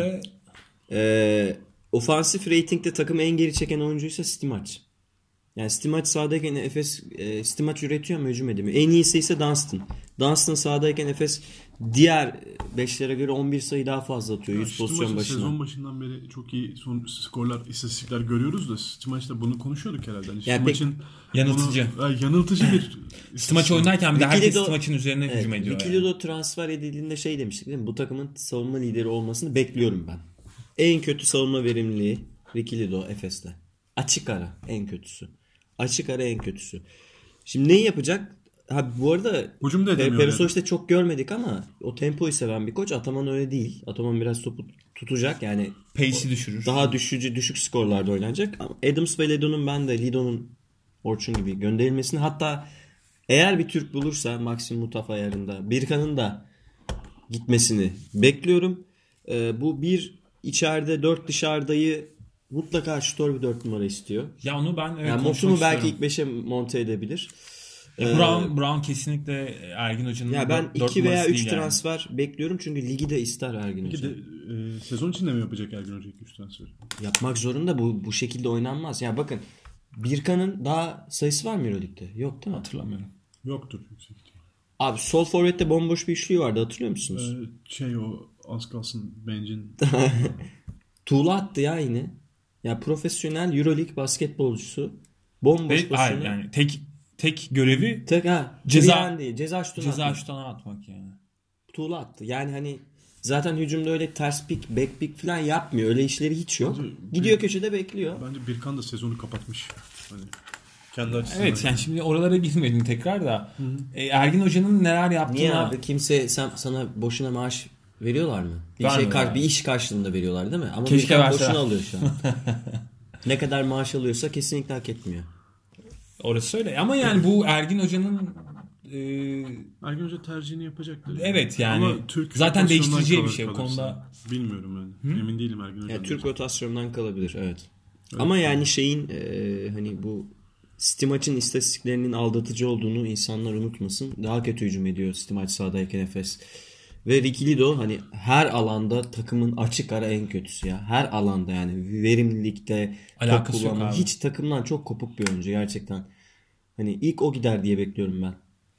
de ofansif ratingde takımı en geri çeken oyuncuysa Stimac. Yani Stimac sahadayken Efes Stimac üretiyor ama hücum edemiyor. En iyisi ise Dunstan. Dunstan sahadayken Efes diğer 5'lere göre 11 sayı daha fazla atıyor 100 pozisyon başına. Sezon başından beri çok iyi skorlar, istatistikler görüyoruz da Stimaç'ta bunu konuşuyorduk herhalde. Yani Stimaç'ın yanıltıcı bir Stimaç oynarken bir de herkes Stimaç'ın üzerine hücum ediyor. Ricky transfer edildiğinde şey demiştik değil mi? Bu takımın savunma lideri olmasını bekliyorum ben. En kötü savunma verimliliği Ricky Lido Efes'te. Açık ara en kötüsü. Açık ara en kötüsü. Şimdi neyi yapacak? Bu arada Perisoc'ta çok görmedik ama o tempoyu seven bir koç. Ataman öyle değil. Ataman biraz topu tutacak yani. Pace'i düşürür. Daha düşük skorlarda oynanacak. Ama Adams ve Lido'nun Orçun gibi gönderilmesini, hatta eğer bir Türk bulursa maksimum mutaf ayarında Birkan'ın da gitmesini bekliyorum. Bu bir içeride 4 dışarıdayı mutlaka şutör bir 4 numara istiyor. Ya onu ben yani Motum'u belki ilk 5'e monte edebilir. Brown kesinlikle Ergin Hoca'nın ya ben 2 veya 3 transfer bekliyorum çünkü ligi de ister Ergin Hoca. Sezon içinde mi yapacak Ergin Hoca 2-3 transfer? Yapmak zorunda, bu şekilde oynanmaz. Ya bakın Birkan'ın daha sayısı var mı Euroleague'de? Yok değil mi? Hatırlamıyorum. Yoktur yüksek. Abi sol forvette bomboş bir üçlüğü vardı, hatırlıyor musunuz? O az kalsın bencin. Tuğla attı ya yine. Ya profesyonel Euroleague basketbolcusu. Bomboş pozisyonu. Yani tek görevi ceza şutuna atmak yani. Tuğla attı. Yani hani zaten hücumda öyle ters pik, back pik falan yapmıyor. Öyle işleri hiç yok. Gidiyor köşede bekliyor. Bence Birkan da sezonu kapatmış. Hani kendi açısından. Evet yani şimdi oralara girmedim tekrar da. Ergin Hoca'nın neler yaptığına... Niye abi? Kimse sana boşuna maaş veriyorlar mı? Bir iş karşılığında veriyorlar değil mi? Ama keşke verse. Boşuna alıyor şu an. Ne kadar maaş alıyorsa kesinlikle hak etmiyor. Orası öyle. Ama yani bu Ergin Hoca'nın Ergin Hoca tercihini yapacaktır. Evet yani. Ama zaten değiştireceği bir şey. Bu konuda bilmiyorum yani. Emin değilim Ergin Hoca'nın. Türk rotasyonundan kalabilir. Evet. Ama yani hani bu Stimaç'ın istatistiklerinin aldatıcı olduğunu insanlar unutmasın. Daha kötü hücum ediyor Stimaç sahadayken Efes. Ve Ricky Lido hani her alanda takımın açık ara en kötüsü ya. Her alanda yani verimlilikte, top kullanma, hiç takımdan çok kopuk bir oyuncu gerçekten. Hani ilk o gider diye bekliyorum ben.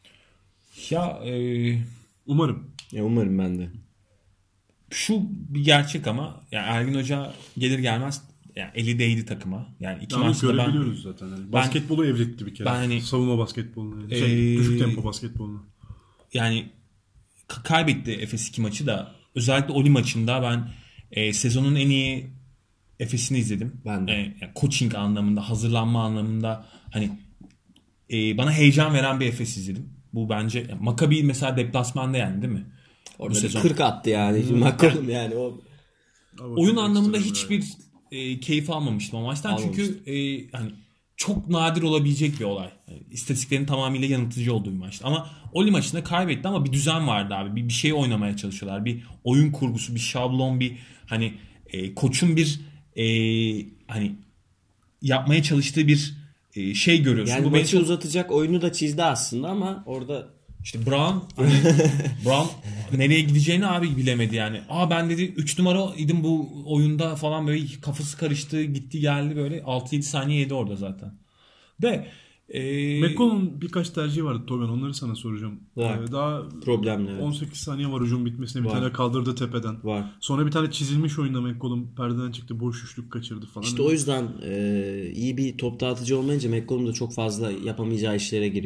Ya umarım. Ya umarım ben de. Şu bir gerçek ama yani Ergin Hoca gelir gelmez yani eli değdi takıma. Yani iki maçta görebiliyoruz zaten. Yani basketbolu evritti bir kere. Hani, savunma basketbolunu. Düşük tempo basketbolunu. Yani kaybetti Efes 2 maçı da. Özellikle Oli maçında ben sezonun en iyi Efes'ini izledim. Ben de. Yani coaching anlamında, hazırlanma anlamında hani bana heyecan veren bir Efes izledim. Bu bence Maccabi mesela deplasmanda yani değil mi? Orada sezon 40 attı yani. Maccabi yani o oyun anlamında hiçbir keyif almamıştım o maçtan. Çünkü hani çok nadir olabilecek bir olay. Yani istatistiklerin tamamıyla yanıltıcı olduğu bir maçtı. Ama Oli maçında kaybetti ama bir düzen vardı abi. Bir şey oynamaya çalışıyorlar. Bir oyun kurgusu, bir şablon, bir hani koçun bir hani yapmaya çalıştığı bir şey görüyorsun. Yani bu maçı uzatacak oyunu da çizdi aslında ama orada işte Brown nereye gideceğini abi bilemedi yani. Ben dedi 3 numara idim bu oyunda falan, böyle kafası karıştı, gitti geldi, böyle 6-7 saniye yedi orada zaten. De McCollum'un birkaç tercihi vardı Togan, onları sana soracağım. Daha problemli. 18 saniye var hücum bitmesine, bir tane kaldırdı tepeden. Var. Sonra bir tane çizilmiş oyunda McCollum perdeden çıktı, boş üçlük kaçırdı falan. İşte o yüzden iyi bir top dağıtıcı olmayınca McCollum da çok fazla yapamayacağı işlere giriyor.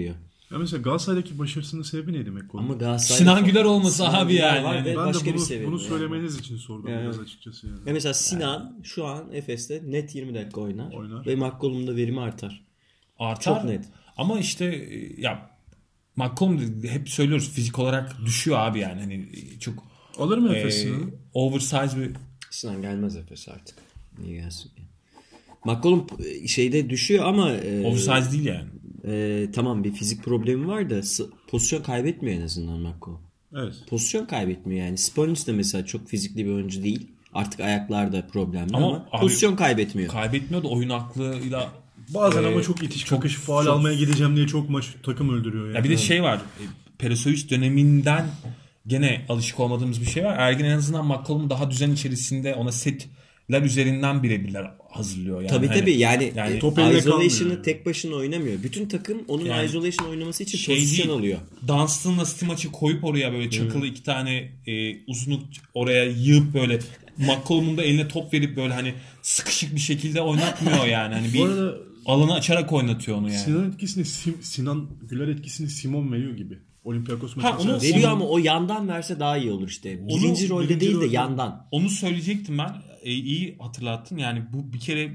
Ya mesela Galatasaray'daki başarısının sebebi neydi McCollum? Ama Galatasaray Sinan Güler olması Sinan abi Güler yani. var ve Ben başka de bir seviye. bunu söylemeniz için sordum Yani. biraz açıkçası yani. Ve mesela Sinan şu an Efes'te net 20 dakika oynar. Oynar. Ve McCollum'da verimi artar. Artar. Çok net. Ama işte ya McCollum hep söylüyoruz fizik olarak düşüyor abi yani. Hani çok Alır mı Efes Sinan'ı? oversize bir Sinan gelmez Efes'e artık. Niye gelsin ki? McCollum şeyde düşüyor ama oversize değil yani. tamam bir fizik problemi var da pozisyon kaybetmiyor en azından McCollum. Evet. Pozisyon kaybetmiyor yani. Sponis de mesela çok fizikli bir oyuncu değil. Artık ayaklarda problemli Ama ama abi, pozisyon kaybetmiyor. Kaybetmiyor da oyun aklıyla Bazen ama çok itiş kakış faul almaya gideceğim diye çok maç takım öldürüyor yani. ya bir de şey var. Perisovic döneminden gene alışık olmadığımız bir şey var. Ergin en azından McCollum'u daha düzen içerisinde ona setler üzerinden birebirler hazırlıyor. Yani Tabii hani, tabii yani, top eline isolation'ı kalmıyor. tek başına oynamıyor. Bütün takım onun Yani isolation oynaması için şey pozisyon değil, alıyor. Dunstan'la Stimac'ı koyup oraya böyle çakılı iki tane uzunluk oraya yığıp böyle McCollum'un da eline top verip böyle hani sıkışık bir şekilde oynatmıyor yani. Hani bir arada alanı açarak oynatıyor onu yani. Sinan etkisini Sinan Güler etkisini Simon veriyor gibi. Olympiakos Ha, maçında. onu- Veriyor ama o yandan verse daha iyi olur işte. Birinci rolde birinci değil de rolde- yandan. Onu söyleyecektim ben. İyi hatırlattın. Yani bu bir kere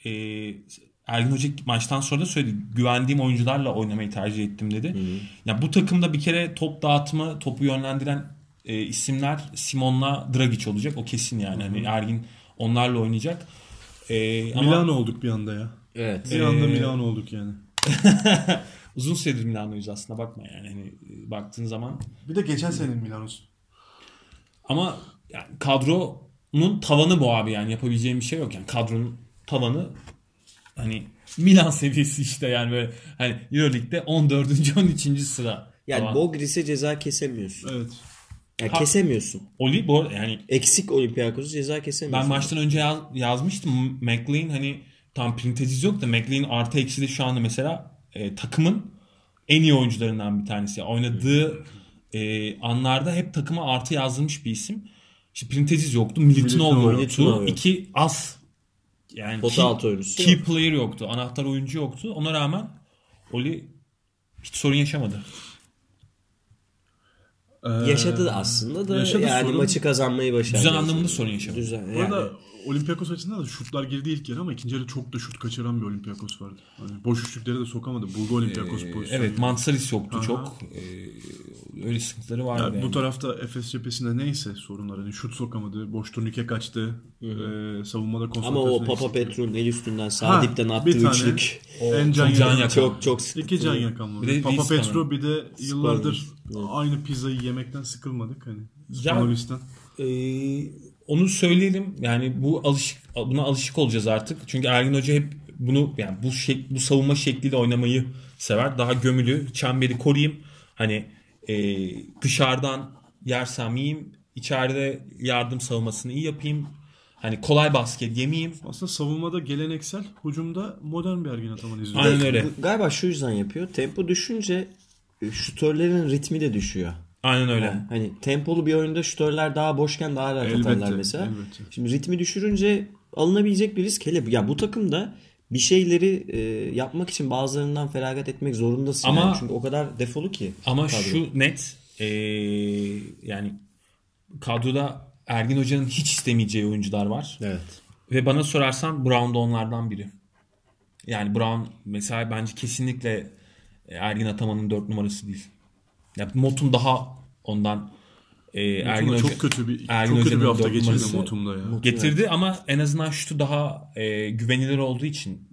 Ergin Hoca maçtan sonra da söyledi. Güvendiğim oyuncularla oynamayı tercih ettim dedi. Ya bu takımda bir kere top dağıtımı, topu yönlendiren isimler Simon'la Dragic olacak. O kesin yani. Hani Ergin onlarla oynayacak. Ama Milano olduk bir anda ya. Evet. Bir anda Milano olduk yani. uzun süredir Milano'yuz aslında, bakma yani. Hani baktığın zaman. Bir de geçen senenin Milano'su. Ama yani kadronun tavanı bu abi, yani yapabileceğim bir şey yok. Yani kadronun tavanı hani Milan seviyesi işte, yani böyle hani Euroleague'de 14. 13. sıra. Yani tavan. Bogris'e ceza kesemiyorsun. Evet. Yani kesemiyorsun. Oli bu arada yani Eksik Olympiakos'u ceza kesemiyorsun. ben maçtan önce yazmıştım. McLean hani tam printediz yok da McLean artı eksi de şu anda mesela takımın en iyi oyuncularından bir tanesi. Yani oynadığı anlarda hep takıma artı yazdırmış bir isim. İşte printediz yoktu. Militinov yoktu. yok. İki as yani Pota altı oyuncusu key yok. player yoktu. Anahtar oyuncu yoktu. Ona rağmen Oli hiç sorun yaşamadı. Yaşadı aslında da yaşadı, yani sorun- maçı kazanmayı başardı. Düzen anlamında sorun yaşamadı. Düzen, Bu yani. arada Olympiakos açısından da şutlar girdi ilk yarı ama ikinci yarı çok da şut kaçıran bir Olympiakos vardı. Hani boş üçlükleri de sokamadı. Buldu Olympiakos pozisyonu. Evet, Mansaris yoktu Aha. çok. Öyle sıkıntıları vardı. Yani yani. bu tarafta Efes cephesinde neyse sorunlar. Hani şut sokamadı, boş turnike kaçtı, savunmada Ama konsantrasyon o Papa eksikliği. Petro'nun el üstünden Ha, sağ dipten bir attığı tane. üçlük. En can çok can yakan. yakan. Çok sıkıntılı. İki can yakan Bir de var. Papa Winston'ın. Petro, bir de yıllardır aynı pizzayı yemekten sıkılmadık hani. Spanolis'ten. Onu söyleyelim. Yani buna alışık olacağız artık. Çünkü Ergin Hoca hep bunu, yani bu savunma şekliyle oynamayı sever. Daha gömülü, çemberi koruyayım. Hani dışarıdan yersem yiyeyim, içeride yardım savunmasını iyi yapayım. Hani kolay basket yemeyeyim. Aslında savunmada geleneksel, hücumda modern bir Ergin Ataman izliyoruz. Aynen öyle. Galiba şu yüzden yapıyor. Tempo düşünce şutörlerin ritmi de düşüyor. Aynen öyle. Yani hani tempolu bir oyunda şutörler daha boşken daha rahat Elbette, atarlar mesela. elbette. Şimdi ritmi düşürünce alınabilecek bir risk. Hele ya bu takımda bir şeyleri yapmak için bazılarından feragat etmek zorundasın. Ama- yani. Çünkü o kadar defolu ki. Ama kadro. şu net, yani kadroda Ergin Hoca'nın hiç istemeyeceği oyuncular var. Evet. Ve bana sorarsan Brown da onlardan biri. Yani Brown mesela bence kesinlikle Ergin Ataman'ın 4 numarası değil. Ya Motum daha ondan Ergin Hoca çok kötü bir Ergin çok kötü bir Hoca'nın hafta 4 geçirdi numarası Motum'da ya. getirdi ama en azından şutu daha güvenilir olduğu için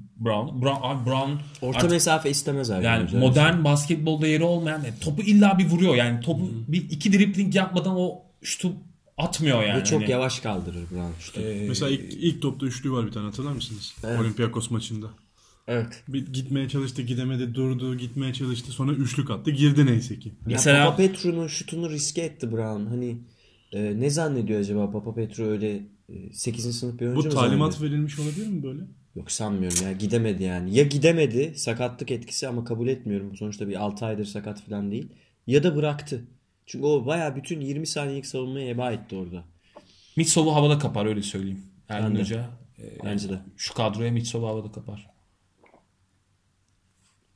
Brown Orta artık, mesafe istemez Ergin yani Hoca. modern basketbolda yeri olmayan, topu illa bir vuruyor. Yani topu bir iki dribling yapmadan o şutu atmıyor yani. Ve çok Hani, yavaş kaldırır Brown şutu. Mesela ilk topta üçlü var bir tane, hatırlar mısınız? Evet. Olympiakos maçında. Evet. Bir gitmeye çalıştı, gidemedi, durdu, gitmeye çalıştı, sonra üçlük attı, girdi neyse ki. Mesela- Ya Papa Petro'nun şutunu riske etti Brown. Hani ne zannediyor acaba Papa Petro öyle 8. sınıf bir oyuncu Bu mu talimat zannediyor? verilmiş olabilir mi böyle? Yok sanmıyorum ya, gidemedi yani. Ya gidemedi, sakatlık etkisi, ama kabul etmiyorum. Sonuçta bir 6 aydır sakat falan değil. Ya da bıraktı. Çünkü o bayağı bütün 20 saniyelik savunmayı heba etti orada. Mitsov'u havada kapar, öyle söyleyeyim. Ergin Ben de. Hoca Bence de. şu kadroya Mitsov'u havada kapar.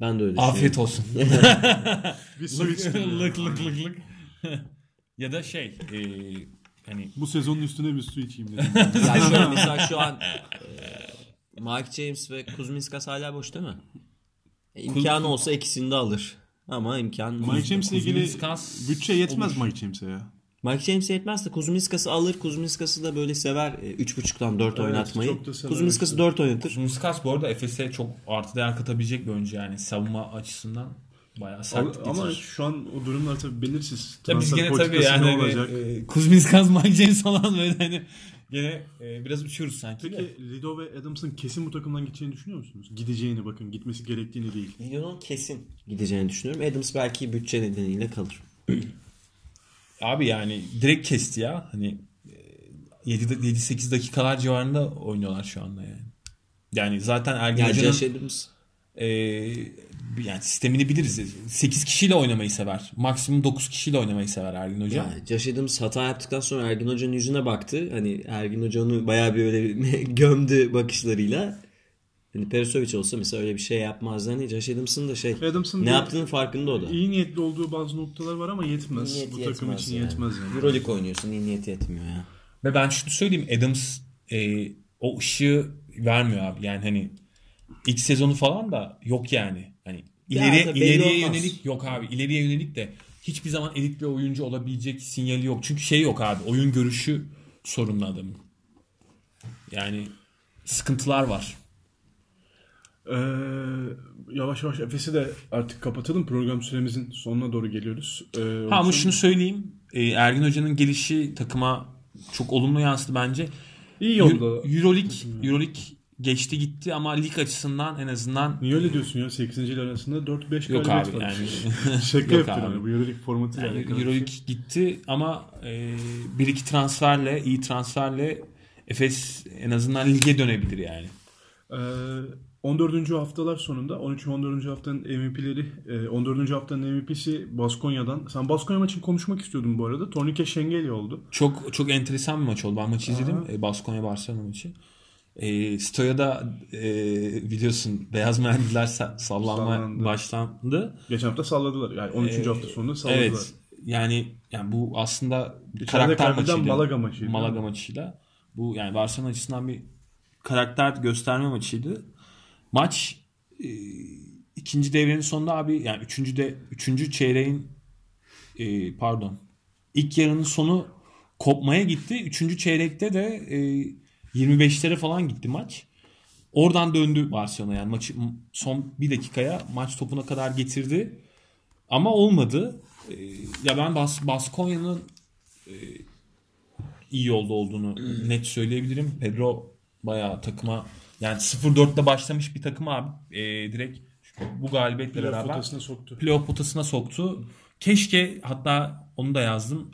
Ben de öyle Afiyet olsun. Bir su içtim. Lık lık lık lık. Ya da hani Bu sezonun üstüne bir su içeyim dedim. Ya şöyle mesela şu an Mike James ve Kuzminskas hala boş değil mi? İmkanı olsa ikisini de alır. Ama imkan Mike James'le ilgili Kuzminskas bütçe yetmez olur. Mike James'e ya. Mike James'e yetmez de Kuzminskas'ı alır. Kuzminskas'ı da böyle sever 3.5'tan 4 Evet, oynatmayı. çok da sever Kuzminskas'ı işte. 4 oynatır. Kuzminskas bu arada Efes'e çok artı değer katabilecek bir oyuncu yani. Savunma açısından bayağı sert Ama getirir. şu an o durumlar tabii belirsiz. Ya biz Transfer gene tabii politikası yani ne olacak? Kuzminskas, Mike James falan böyle hani gene biraz uçuyoruz sanki. Peki Lido ve Adams'ın kesin bu takımdan gideceğini düşünüyor musunuz? Gideceğini, bakın gitmesi gerektiğini değil. Lidon'un kesin gideceğini düşünüyorum. Adams belki bütçe nedeniyle kalır. Abi yani direkt kesti ya. Hani 7-8 dakikalar civarında oynuyorlar şu anda yani. Yani zaten Ergin Yani Josh Hoca'nın Adams yani sistemini biliriz. 8 kişiyle oynamayı sever. Maksimum 9 kişiyle oynamayı sever Ergin Hoca. yani Josh Adams hata yaptıktan sonra Ergin Hoca'nın yüzüne baktı. Hani Ergin Hoca onu bayağı bir öyle gömdü bakışlarıyla. Hani Perisovic olsa mesela öyle bir şey yapmazdı. Hani Josh Adams'ın da Adams'ın ne da yaptığının farkında o da. İyi niyetli olduğu bazı noktalar var ama yetmez. İyi niyeti Bu takım yetmez için yani. yetmez yani. Euroleague oynuyorsun, iyi niyeti yetmiyor ya. Ve ben şunu söyleyeyim, Adams o ışığı vermiyor abi. Yani hani ilk sezonu falan da yok yani. Hani Ya tabii belli ileriye olmaz. yönelik yok abi. İleriye yönelik de hiçbir zaman elit bir oyuncu olabilecek sinyali yok. Çünkü şey yok abi. Oyun görüşü sorunlu adamın. Yani sıkıntılar var. Yavaş yavaş Efes'i de artık kapatalım. Program süremizin sonuna doğru geliyoruz. Ama şunu söyleyeyim. Ergin Hoca'nın gelişi takıma çok olumlu yansıdı bence. İyi yolda. Euroleague geçti gitti ama lig açısından en azından Niye öyle diyorsun ya? 8. ile arasında 4-5 yok galibiyet abi var. yani. Şaka Yok yaptın abi. abi. Bu Euroleague formatıyla Yani alakalı. Euroleague gitti ama bir iki transferle, iyi transferle Efes en azından lige dönebilir yani. 14. haftalar sonunda 13 ve 14. haftanın MVP'leri 14. haftanın MVP'si Baskonya'dan. Sen Baskonya maçını konuşmak istiyordun bu arada. Tornike Şengeli oldu. Çok çok enteresan bir maç oldu. Ben maçı izledim. Baskonya Barcelona maçı. Stoya'da biliyorsun beyaz mendiller sallanma başlandı. Geçen hafta salladılar. Yani 13. hafta sonunda salladılar. Evet. Yani bu aslında İçeride karakter kaybeden maçıydı. Malaga maçıydı. Malaga maçıyla. Bu yani Barcelona açısından bir karakter gösterme maçıydı. Maç ikinci devrenin sonunda abi yani üçüncü çeyreğin ilk yarının sonu kopmaya gitti. Üçüncü çeyrekte de 25'lere falan gitti maç. Oradan döndü Barcelona yani maçı son bir dakikaya maç topuna kadar getirdi. Ama olmadı. Ya ben Baskonya'nın iyi yolda olduğunu net söyleyebilirim. Pedro bayağı takıma yani 0-4'te başlamış bir takım abi. Direkt bu galibiyetle Playoff beraber potasına soktu. playoff potasına soktu. Keşke hatta onu da yazdım.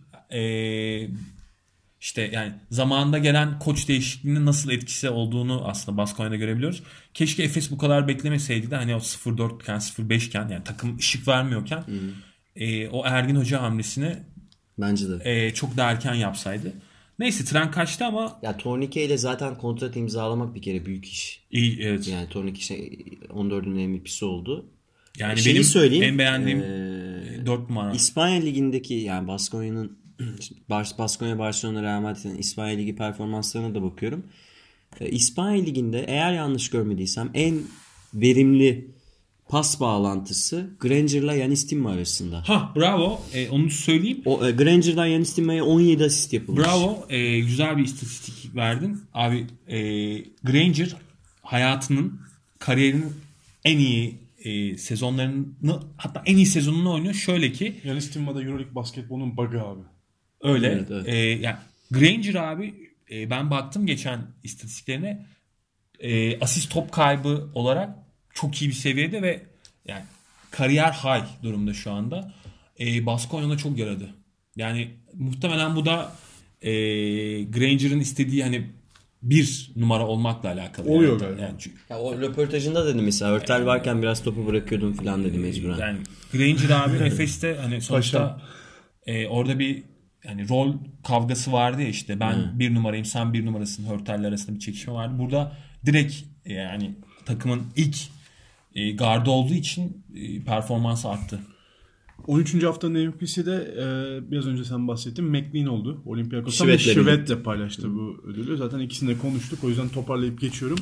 İşte yani zamanında gelen koç değişikliğinin nasıl etkisi olduğunu aslında Baskonya'da görebiliyoruz. Keşke Efes bu kadar beklemeseydi de hani o 0-4 iken 0-5 iken yani takım ışık vermiyorken o Ergin Hoca hamlesini Bence de. çok da erken yapsaydı. Neyse tren kaçtı ama Ya Tornike ile zaten kontrat imzalamak bir kere büyük iş. iyi evet. Yani Tornike 14'ün MVP'si oldu. Yani Şeyi benim söyleyeyim, en beğendiğim 4 numara. İspanya Ligi'ndeki yani Baskonya'nın Baskonya, Barcelona, Real Madrid'in İspanya Ligi performanslarına da bakıyorum. İspanya Ligi'nde eğer yanlış görmediysem en verimli pas bağlantısı Granger'la Yanis Timma arasında. Bravo. Onu söyleyeyim. O Granger'dan Yanis Timma'ya 17 asist yapılmış. Bravo. Güzel bir istatistik verdin. Abi Granger hayatının kariyerinin en iyi sezonlarını hatta en iyi sezonunu oynuyor. Şöyle ki Yanis Timma'da Euroleague basketbolun bug'ı abi. öyle. Evet. Yani Granger abi ben baktım geçen istatistiklerine asist top kaybı olarak çok iyi bir seviyede ve yani kariyer high durumda şu anda. Baskonya'na çok yaradı. Yani muhtemelen bu da Granger'ın istediği hani bir numara olmakla alakalı. Oluyor yani. galiba. Yani çünkü Ya o röportajında dedi mesela Örtel varken biraz topu bırakıyordum falan dedi mecburen. yani Granger abi Efes'te hani sonuçta orada bir yani rol kavgası vardı ya işte ben bir numarayım sen bir numarasın Hörtel'le arasında bir çekişme vardı. Burada direkt yani takımın ilk gardı olduğu için performansı arttı. 13. haftanın MVP'si de biraz önce sen bahsettin McLean oldu. Olympiakos'tan Şivet'le ve Şivet de paylaştı bu ödülü. Zaten ikisini de konuştuk. O yüzden toparlayıp geçiyorum.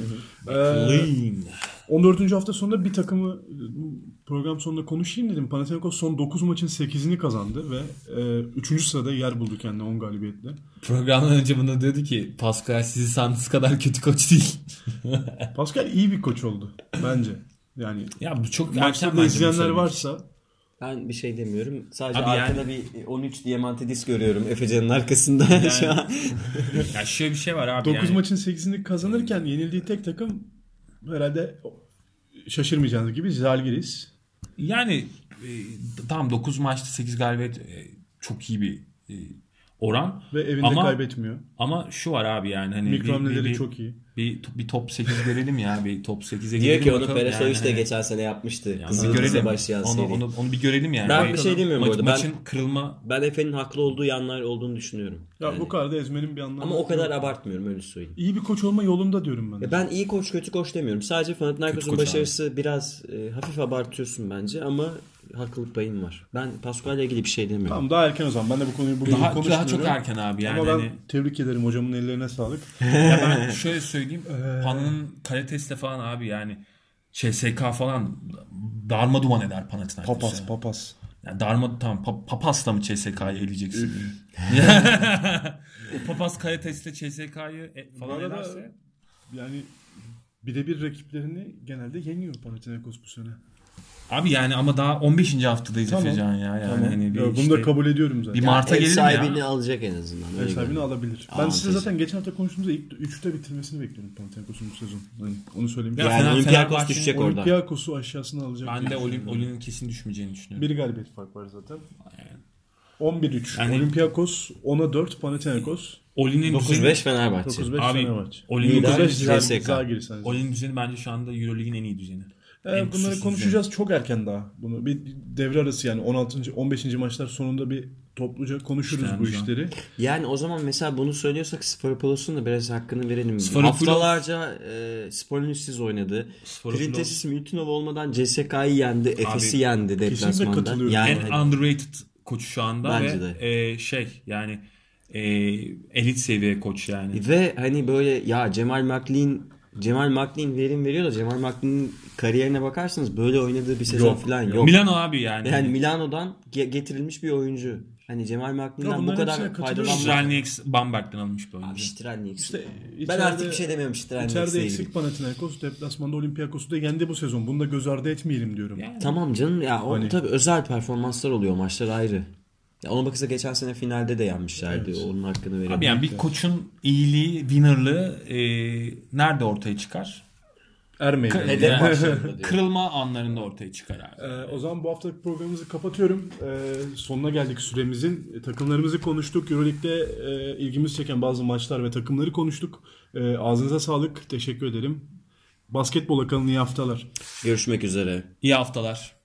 14. hafta sonunda bir takımı program sonunda konuşayım dedim. Panathinaikos son 9 maçın 8'ini kazandı ve 3. sırada yer buldu kendine 10 galibiyetle. Programdan önce bana dedi ki Pascal sizi sandığınız kadar kötü koç değil. Pascal iyi bir koç oldu bence. Yani Ya bu çok maçlarda izleyenler varsa Ben bir şey demiyorum. Sadece Abi arkada bir 13 Diamantidis görüyorum Efecan'ın arkasında şu an. Ya şöyle bir şey var abi. 9 maçın 8'ini kazanırken yenildiği tek takım herhalde şaşırmayacağınız gibi Zalgiris. Yani tamam 9 maçta 8 galibiyet çok iyi bir oran. Ve evinde kaybetmiyor. Ama şu var abi yani hani mikro hamleleri çok iyi. Bir top 8 görelim ya. Bir top 8'e Diyor gidelim. ki onu Peresovic de geçen sene yapmıştı. Görelim. Başlayan seri. Onu bir görelim yani. Ben bir şey demiyorum bu arada. Maçın kırılma. Ben Efe'nin haklı olduğu yanlar olduğunu düşünüyorum. Ya yani. bu kadar da ezmenin bir anlamı. Ama o kadar abartmıyorum öyle söyleyeyim. İyi bir koç olma yolunda diyorum ben. Ben iyi koç kötü koç demiyorum. Sadece Panathinaikos'un başarısı biraz hafif abartıyorsun bence ama haklılık payın var. Ben Pascal'le ilgili bir şey demiyorum. Tamam daha erken o zaman. Ben de bu konuyu bugün konuşmuyorum. Daha çok erken abi yani. Ama ben tebrik ederim hocamın ellerine sağlık. Ya ben şöyle söyleyeyim. Pana'nın kalitesiyle falan abi yani CSK falan darma duman eder Panathinaikos'u. Papas. Yani Papas'la mı CSK'yı eleyeceksin? O Papas kalitesiyle CSK'yı falan ederse. Yani birebir rakiplerini genelde yeniyor Panathinaikos bu sene. Abi yani ama daha 15. haftadayız Efecan ya. Yani tamam. hani bunu da kabul ediyorum zaten. Bir Mart'a gelelim ya. Ev sahibini alacak en azından. Ev sahibini alabilir. Ben size zaten geçen hafta konuştuğumuzda ilk 3'te bitirmesini bekliyorum Panathinaikos'un bu sezon. Hani onu söyleyeyim. Yani Olympiakos düşecek orada. Olympiakos'u aşağısına alacak. Ben de Olim'in kesin düşmeyeceğini düşünüyorum. Bir galibiyet fark var zaten. 11-3. Yani, Olympiakos 10'a 4 Panathinaikos. Oli'nin 9-5 Fenerbahçe. 9-5 abi, Fenerbahçe. Oli'nin düzeni bence şu anda Euroleague'in en iyi düzeni. Bunları konuşacağız çok erken daha. Bunu bir devre arası yani 15. maçlar sonunda bir topluca konuşuruz bu işleri. Yani o zaman mesela bunu söylüyorsak Sforopoulos'un da biraz hakkını verelim. Sforopoulous, haftalarca Spolinissiz oynadı. Printezis Miltinov olmadan CSK'yı yendi. Efes'i yendi deplasmanda. Yani en underrated koçu şu anda bence ve yani elit seviye koç yani. Ve hani böyle ya Cemal McLean verim veriyor da Cemal McLean'in kariyerine bakarsanız böyle oynadığı bir sezon falan yok. Milano abi yani. Yani Milano'dan getirilmiş bir oyuncu. Hani Cemal McLean'dan bu kadar faydalanmak. Strelnieks Bamberg'den almış bir oyuncu. Abi Strelnieks. İşte ben artık bir şey demiyorum Strelnieks'le ilgili. İçeride eksik Panathinaikos deplasmanda Olympiakos'u da yendi bu sezon. Bunu da göz ardı etmeyelim diyorum. Yani. Tamam canım ya o hani... tabii özel performanslar oluyor maçlar ayrı. Ya ona bakırsa geçen sene finalde de yenmişlerdi. Evet. Onun hakkını verelim. Abi yani bir koçun iyiliği, winnerlığı nerede ortaya çıkar? Kırılma anlarında ortaya çıkar abi. O zaman bu haftalık programımızı kapatıyorum. Sonuna geldik süremizin. Takımlarımızı konuştuk. Euroleague'de ilgimizi çeken bazı maçlar ve takımları konuştuk. Ağzınıza sağlık. Teşekkür ederim. Basketbola kalın iyi haftalar. Görüşmek üzere. İyi haftalar.